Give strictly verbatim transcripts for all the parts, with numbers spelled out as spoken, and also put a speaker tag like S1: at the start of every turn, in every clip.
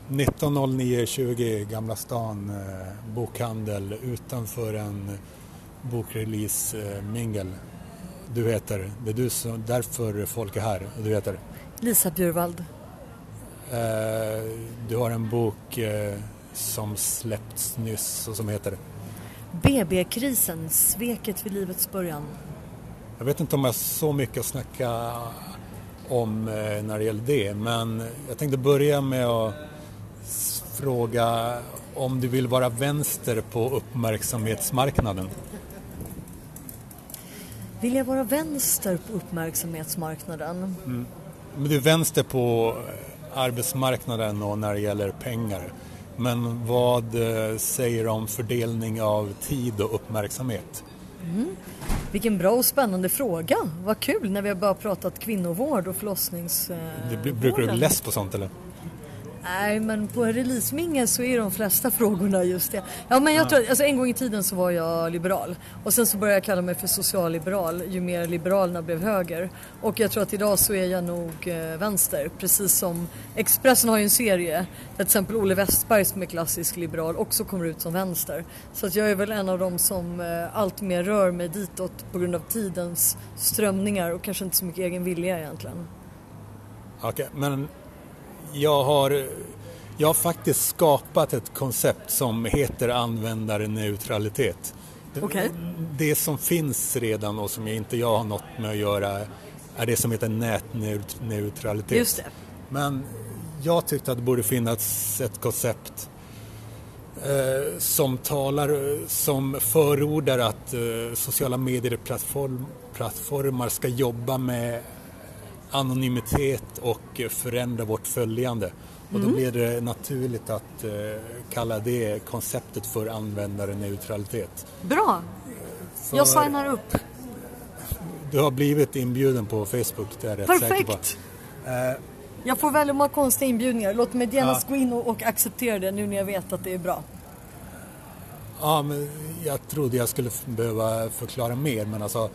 S1: nitton noll nio tjugo Gamla stan, eh, bokhandel utanför en bokrelease eh, mingel. Du heter, det är du som, därför folk är här, och du heter?
S2: Lisa Bjurvald.
S1: Eh, du har en bok eh, som släppts nyss och som heter?
S2: B B-krisen, sveket vid livets början.
S1: Jag vet inte om jag har så mycket att snacka om eh, när det gäller det, men jag tänkte börja med att fråga om du vill vara vänster på uppmärksamhetsmarknaden.
S2: Vill jag vara vänster på uppmärksamhetsmarknaden?
S1: Mm. Men du är vänster på arbetsmarknaden och när det gäller pengar. Men vad säger du om fördelning av tid och uppmärksamhet?
S2: Mm. Vilken bra och spännande fråga. Vad kul när vi har bara pratat kvinnovård och förlossningsvården.
S1: Du, brukar du läsa på sånt eller?
S2: Nej, men på en releasemingel så är de flesta frågorna just det. Ja, men jag tror, alltså en gång i tiden så var jag liberal. Och sen så började jag kalla mig för socialliberal ju mer liberalerna blev höger. Och jag tror att idag så är jag nog eh, vänster. Precis som Expressen har ju en serie där till exempel Olle Westberg som är klassisk liberal också kommer ut som vänster. Så att jag är väl en av dem som eh, allt mer rör mig ditåt på grund av tidens strömningar och kanske inte så mycket egen vilja egentligen.
S1: Okej, okay, men... Jag har, jag har faktiskt skapat ett koncept som heter användarneutralitet.
S2: Okay.
S1: Det som finns redan och som jag inte jag har något med att göra är det som heter nätneutralitet.
S2: Just det.
S1: Men jag tyckte att det borde finnas ett koncept eh, som talar, som förordar att eh, sociala medier-plattformar ska jobba med anonymitet och förändra vårt följande. Och då mm. blir det naturligt att uh, kalla det konceptet för användarneutralitet.
S2: Bra! För jag signar upp.
S1: Du har blivit inbjuden på Facebook, det är jag rätt
S2: Perfekt.
S1: säker på. Uh,
S2: jag får väldigt många konstiga inbjudningar. Låt mig genast ja. gå in och, och acceptera det nu när jag vet att det är bra.
S1: Ja, men jag trodde jag skulle behöva förklara mer, men alltså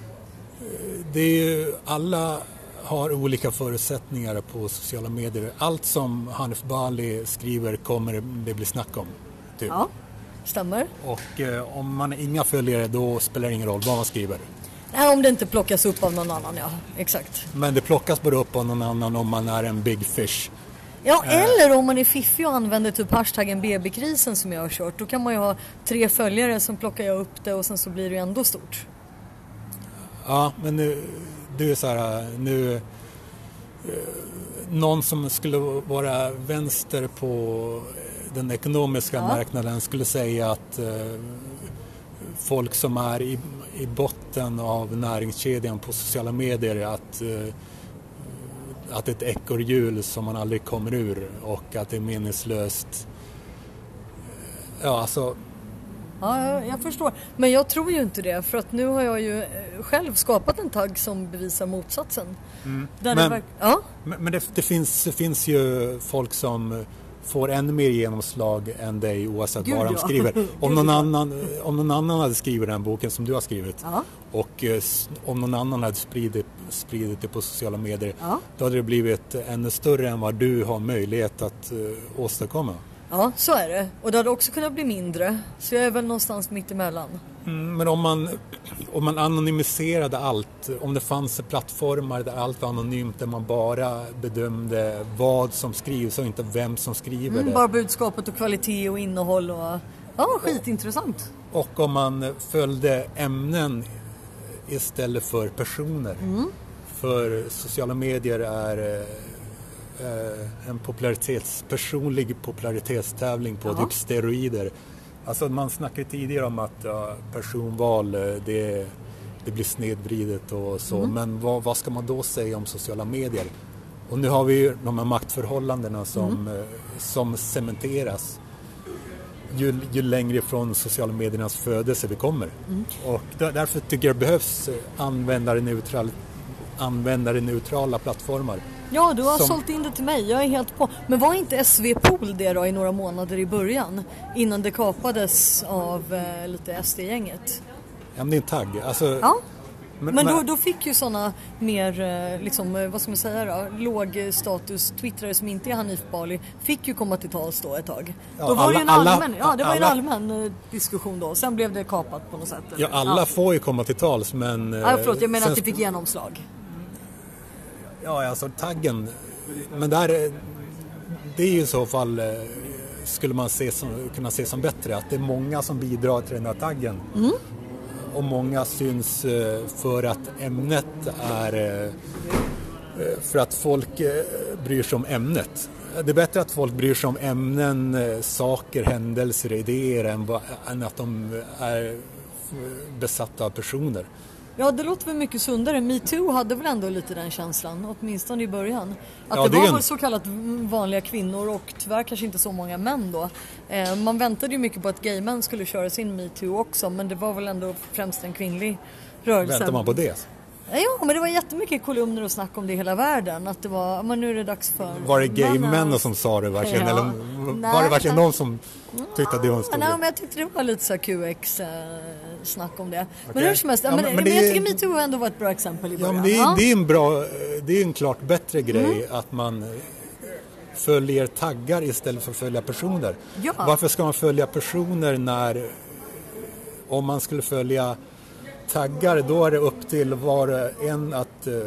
S1: det är ju alla har olika förutsättningar på sociala medier. Allt som Hanif Bali skriver kommer det bli snack om. Typ.
S2: Ja, stämmer.
S1: Och eh, om man har inga följare då spelar det ingen roll vad man skriver.
S2: Nej, om det inte plockas upp av någon annan, ja. Exakt.
S1: Men det plockas bara upp av någon annan om man är en big fish.
S2: Ja, eh. eller om man är fiffig och använder typ hashtaggen B B-krisen som jag har kört. Då kan man ju ha tre följare som plockar jag upp det och sen så blir det ju ändå stort.
S1: Ja, men nu... Du är så här, nu eh, någon som skulle vara vänster på den ekonomiska ja. marknaden skulle säga att eh, folk som är i, i botten av näringskedjan på sociala medier att, eh, att det är ett ekorrhjul som man aldrig kommer ur och att det är meningslöst. Ja, alltså...
S2: Ja, jag förstår. Men jag tror ju inte det. För att nu har jag ju själv skapat en tagg som bevisar motsatsen.
S1: Mm.
S2: Där
S1: men
S2: verk- ja?
S1: men det, det, finns, det finns ju folk som får ännu mer genomslag än dig oavsett
S2: Gud,
S1: vad de
S2: ja.
S1: skriver. Om någon, annan, om någon annan hade skrivit den boken som du har skrivit
S2: ja.
S1: och eh, om någon annan hade spridit, spridit det på sociala medier
S2: ja.
S1: då hade det blivit ännu större än vad du har möjlighet att uh, åstadkomma.
S2: Ja, så är det. Och det hade också kunnat bli mindre. Så jag är väl någonstans mitt emellan.
S1: Mm, men om man, om man anonymiserade allt, om det fanns plattformar där allt var anonymt, där man bara bedömde vad som skrivs och inte vem som skriver
S2: mm,
S1: det.
S2: Bara budskapet och kvalitet och innehåll. Och... Ja, skitintressant.
S1: Och om man följde ämnen istället för personer.
S2: Mm.
S1: För sociala medier är... en popularitets, personlig popularitetstävling på typ steroider. Alltså man snackade tidigare om att ja, personval det, det blir snedvridet och så. Mm. Men vad, vad ska man då säga om sociala medier? Och nu har vi ju de här maktförhållandena som, mm. som cementeras ju, ju längre från sociala mediernas födelse vi kommer. Mm. Och där, därför tycker jag det behövs användarneutral, användarneutrala plattformar.
S2: Ja, du har
S1: som...
S2: sålt in det till mig. Jag är helt på. Men var inte S V-pool det då i några månader i början? Innan det kapades av eh, lite S D-gänget?
S1: Ja, men det är en tagg. Alltså,
S2: ja. Men, men då, då fick ju sådana mer, liksom, vad ska man säga då, låg status twittrare som inte är Hanif Bali fick ju komma till tals då ett tag.
S1: Ja,
S2: då var
S1: alla,
S2: det ju en allmän,
S1: alla,
S2: ja, det var
S1: alla,
S2: en allmän diskussion då. Sen blev det kapat på något sätt.
S1: Ja, alla ja. får ju komma till tals, men...
S2: Ja, förlåt, jag menar sen, att det fick genomslag.
S1: Ja, alltså taggen, men där, det är ju i så fall, skulle man se som, kunna se som bättre, att det är många som bidrar till den här taggen. Mm. Och många syns för att ämnet är, för att folk bryr sig om ämnet. Det är bättre att folk bryr sig om ämnen, saker, händelser, idéer än, än att de är besatta av personer.
S2: Ja, det låter väl mycket sundare. MeToo hade väl ändå lite den känslan, åtminstone i början. Att ja, det, det var en... så kallat vanliga kvinnor och tyvärr kanske inte så många män då. Eh, man väntade ju mycket på att gaymän skulle köra sin MeToo också, men det var väl ändå främst en kvinnlig rörelse.
S1: Väntar man på det?
S2: Ja, men det var jättemycket kolumner och snack om det i hela världen. Att det var, men nu är det dags för...
S1: Var det gaymän som sa det verkligen? Ja. Eller var Nej, det verkligen någon som tyckte att det var en stor...
S2: Nej, men jag tyckte det var lite så Q X-snack om det. Okay. Men hur som helst, ja, men, men, men, men jag tycker MeToo ändå var ett bra exempel i början.
S1: Ja, men det, är, det är en bra, det är en klart bättre grej mm. att man följer taggar istället för att följa personer. Ja. Varför ska man följa personer när... Om man skulle följa... taggar, då är det upp till var en att eh,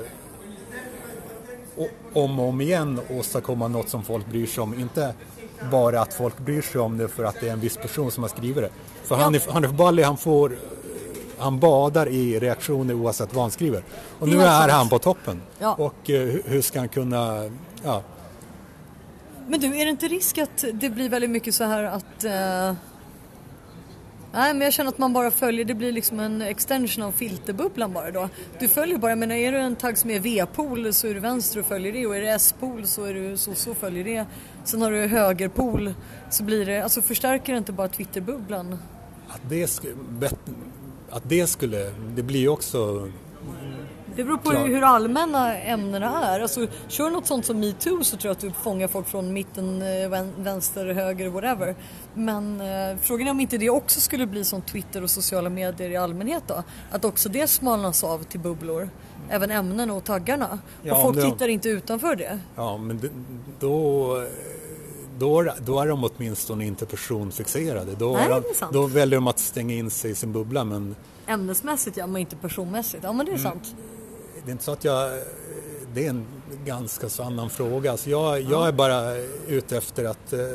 S1: om och om igen åstadkomma något som folk bryr sig om. Inte bara att folk bryr sig om det för att det är en viss person som har skrivit det. För ja. Hanif, Hanif Bali, han får han badar i reaktioner oavsett vad han skriver. Och nu är han på toppen. Ja. Och eh, hur ska han kunna... Ja.
S2: Men du, är det inte risk att det blir väldigt mycket så här att... Eh... Nej, men jag känner att man bara följer, det blir liksom en extension av filterbubblan bara då. Du följer bara, men är du en tagg som är V-pool så är du vänster och följer det, och är det S-pool så är du så så följer det. Sen har du högerpool så blir det, alltså förstärker det inte bara Twitterbubblan?
S1: Att det skulle, att det skulle, det blir ju också...
S2: Det beror på Klar. hur allmänna ämnena är. Alltså, kör något sånt som MeToo så tror jag att du fångar folk från mitten, vänster, höger, whatever. Men eh, frågan är om inte det också skulle bli som Twitter och sociala medier i allmänhet då. Att också det smalnas av till bubblor. Även ämnen och taggarna. Ja, och folk det... tittar inte utanför det.
S1: Ja, men det, då... Då, då är de åtminstone inte personfixerade. Då,
S2: Nej,
S1: de, då väljer de att stänga in sig i sin bubbla. Men...
S2: Ämnesmässigt, ja, men inte personmässigt. Ja, men det är mm. sant.
S1: Det är inte så att jag... Det är en ganska så annan fråga. Alltså jag, jag ja. är bara ute efter att eh,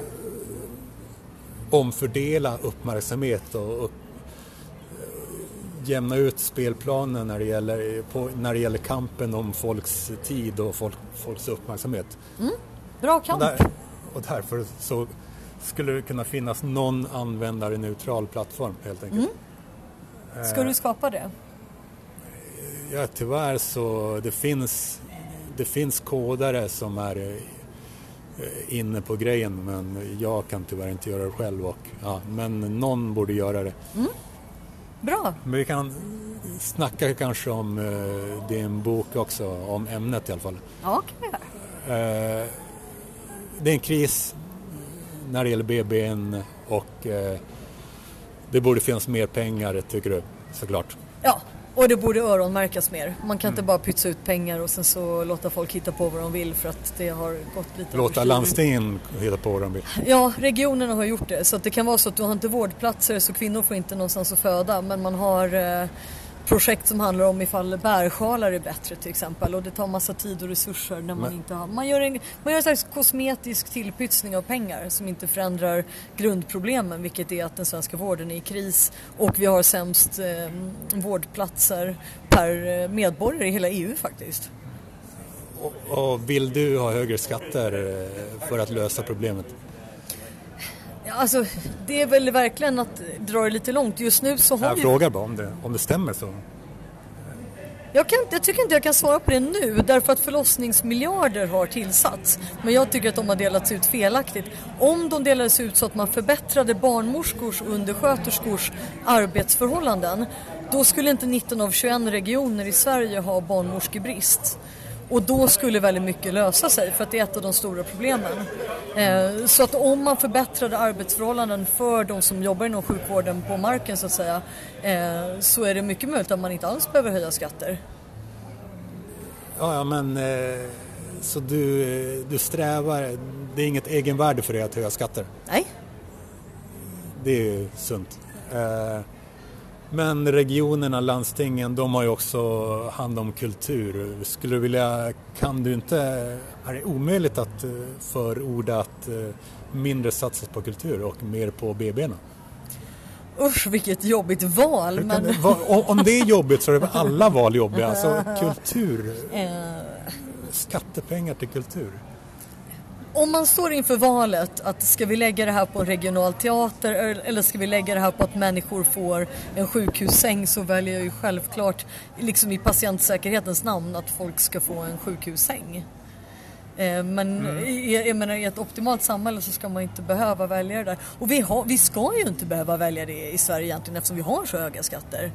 S1: omfördela uppmärksamhet och, och jämna ut spelplanen när det gäller, på, när det gäller kampen om folks tid och folk, folks uppmärksamhet.
S2: Mm. Bra kamp.
S1: Och, där, och därför så skulle det kunna finnas någon användare neutral plattform helt enkelt.
S2: Mm. Ska du skapa det?
S1: Ja, tyvärr så det finns det finns kodare som är inne på grejen, men jag kan tyvärr inte göra det själv, och ja, men någon borde göra det.
S2: Mm. Bra.
S1: Men vi kan snacka kanske om uh, det är en bok också om ämnet i alla fall.
S2: Ja, okej.
S1: Okay. Uh, det är en kris när det gäller B B N och uh, det borde finnas mer pengar, tycker du, såklart.
S2: Ja. Och det borde öronmärkas mer. Man kan mm. inte bara pytsa ut pengar och sen så låta folk hitta på vad de vill för att det har gått lite...
S1: Låta landstingen hitta på vad de vill.
S2: Ja, regionerna har gjort det. Så att det kan vara så att du har inte vårdplatser så kvinnor får inte någonstans att föda. Men man har eh, projekt som handlar om ifall bärsjalar är bättre till exempel. Och det tar massa tid och resurser när man men... inte har... Man gör, en, man gör en slags kosmetisk tillpytsning av pengar som inte förändrar grundproblemen. Vilket är att den svenska vården är i kris och vi har sämst eh, vårdplatser per medborgare i hela E U faktiskt.
S1: Och, och vill du ha högre skatter för att lösa problemet?
S2: Ja, alltså, det är väl verkligen att dra det lite långt. Just nu så har
S1: jag
S2: ju...
S1: frågar bara om det, om det stämmer så.
S2: Jag, kan, jag tycker inte jag kan svara på det nu därför att förlossningsmiljarder har tillsatts. Men jag tycker att de har delats ut felaktigt. Om de delades ut så att man förbättrade barnmorskors och undersköterskors arbetsförhållanden, då skulle inte nitton av tjugoett regioner i Sverige ha barnmorskebrist. Och då skulle väldigt mycket lösa sig, för att det är ett av de stora problemen. Eh, så att om man förbättrade arbetsförhållanden för de som jobbar inom sjukvården på marken så att säga, eh, så är det mycket möjligt att man inte alls behöver höja skatter.
S1: Ja, ja men eh, så du, du strävar, det är inget egenvärde för dig att höja skatter?
S2: Nej.
S1: Det är ju sunt. Eh, men regionerna, landstingen, de har ju också hand om kultur. Skulle du vilja, kan du inte, är det omöjligt att förorda att mindre satsas på kultur och mer på B B:na?
S2: Usch, vilket jobbigt val. Men...
S1: Det, om det är jobbigt så är det alla val jobbiga. Alltså kultur, skattepengar till kultur.
S2: Om man står inför valet att ska vi lägga det här på en regional teater eller ska vi lägga det här på att människor får en sjukhussäng, så väljer jag ju självklart liksom i patientsäkerhetens namn att folk ska få en sjukhussäng. Men mm. i, jag menar, i ett optimalt samhälle så ska man inte behöva välja det där. Och vi, har, vi ska ju inte behöva välja det i Sverige egentligen, eftersom vi har så höga skatter.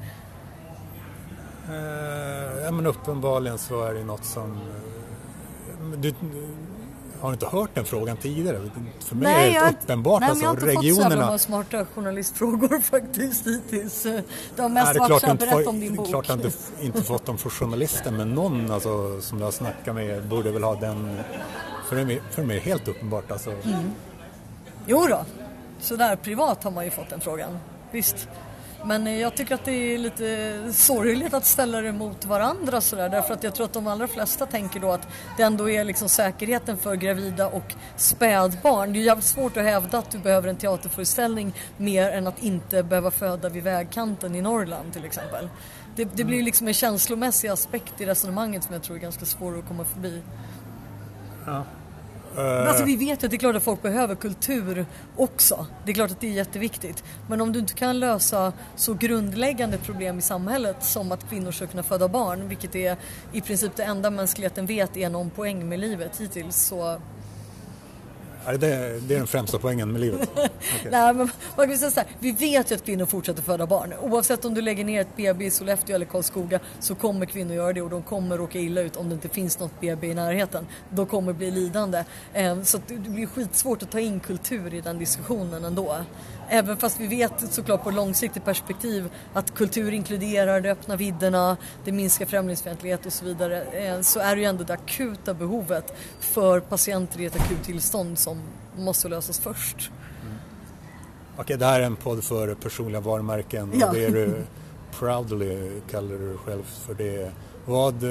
S1: Uh, ja, men uppenbarligen så är det något som... Du, har du inte hört den frågan tidigare? För mig nej, är det uppenbart.
S2: Nej,
S1: alltså,
S2: jag har inte
S1: regionerna...
S2: fått så här smarta journalistfrågor faktiskt hittills. De har mest varit så berätt om din bok.
S1: Det är klart att jag inte, inte fått dem från journalister, men någon alltså, som jag snackar med borde väl ha den. För mig, för mig är det helt uppenbart. Alltså.
S2: Mm. Jo då, så där privat har man ju fått den frågan. Visst. Men jag tycker att det är lite sorgligt att ställa det mot varandra sådär, därför att jag tror att de allra flesta tänker då att det ändå är liksom säkerheten för gravida och spädbarn. Det är jävligt svårt att hävda att du behöver en teaterföreställning mer än att inte behöva föda vid vägkanten i Norrland till exempel. Det, det blir liksom en känslomässig aspekt i resonemanget som jag tror är ganska svår att komma förbi.
S1: Ja.
S2: Alltså vi vet ju att det är klart att folk behöver kultur också. Det är klart att det är jätteviktigt. Men om du inte kan lösa så grundläggande problem i samhället som att kvinnor ska kunna föda barn, vilket är i princip det enda mänskligheten vet är någon poäng med livet hittills, så...
S1: Det är, det är den främsta poängen med livet. Okay.
S2: Nej, men man kan säga så här, vi vet ju att kvinnor fortsätter föda barn. Oavsett om du lägger ner ett B B i Sollefteå eller Karlskoga så kommer kvinnor göra det, och de kommer råka illa ut om det inte finns något B B i närheten. De kommer bli lidande. Så det blir skitsvårt att ta in kultur i den diskussionen ändå. Även fast vi vet såklart på långsiktigt perspektiv att kultur inkluderar de öppna vidderna, det minskar främlingsfientlighet och så vidare, så är det ju ändå det akuta behovet för patienter i ett akut tillstånd som måste lösas först.
S1: Mm. Okej, det här är en podd för personliga varumärken,
S2: ja.
S1: Och det är du proudly kallar du själv för det. Vad...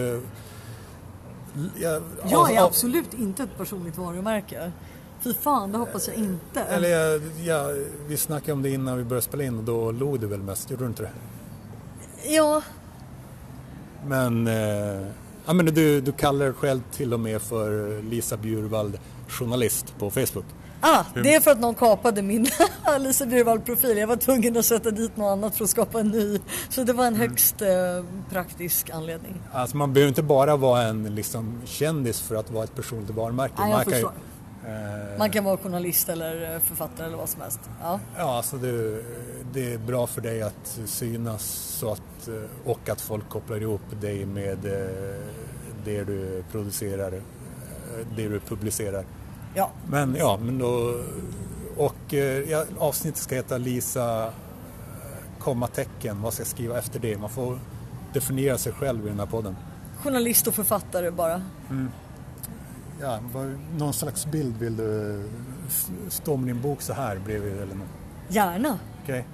S2: Jag, jag är absolut inte ett personligt varumärke. Fy fan, det hoppas jag inte.
S1: Eller jag, jag, vi snackade om det innan vi började spela in och då låg du väl mest, gjorde du inte det?
S2: Ja.
S1: Men, eh, ja, men du, du kallar dig själv till och med för Lisa Bjurvald, journalist på Facebook.
S2: Ah, det är för att någon kapade min Lisa Bjurvald-profil. Jag var tvungen att sätta dit något annat för att skapa en ny. Så det var en högst eh, praktisk anledning.
S1: Alltså man behöver inte bara vara en liksom, kändis för att vara ett personligt varumärke.
S2: Ah, jag
S1: man
S2: förstår.
S1: Kan,
S2: Man kan vara journalist eller författare eller vad som helst. Ja,
S1: ja alltså det, det är bra för dig att synas så att, och att folk kopplar ihop dig med det du producerar, det du publicerar.
S2: Ja.
S1: Men ja, men då, och ja, avsnittet ska heta Lisa, kommatecken, vad ska jag skriva efter det? Man får definiera sig själv i den här podden.
S2: Journalist och författare bara.
S1: Mm. Ja, någon slags bild vill du stå med din bok så här bredvid eller något?
S2: Gärna.
S1: Okay.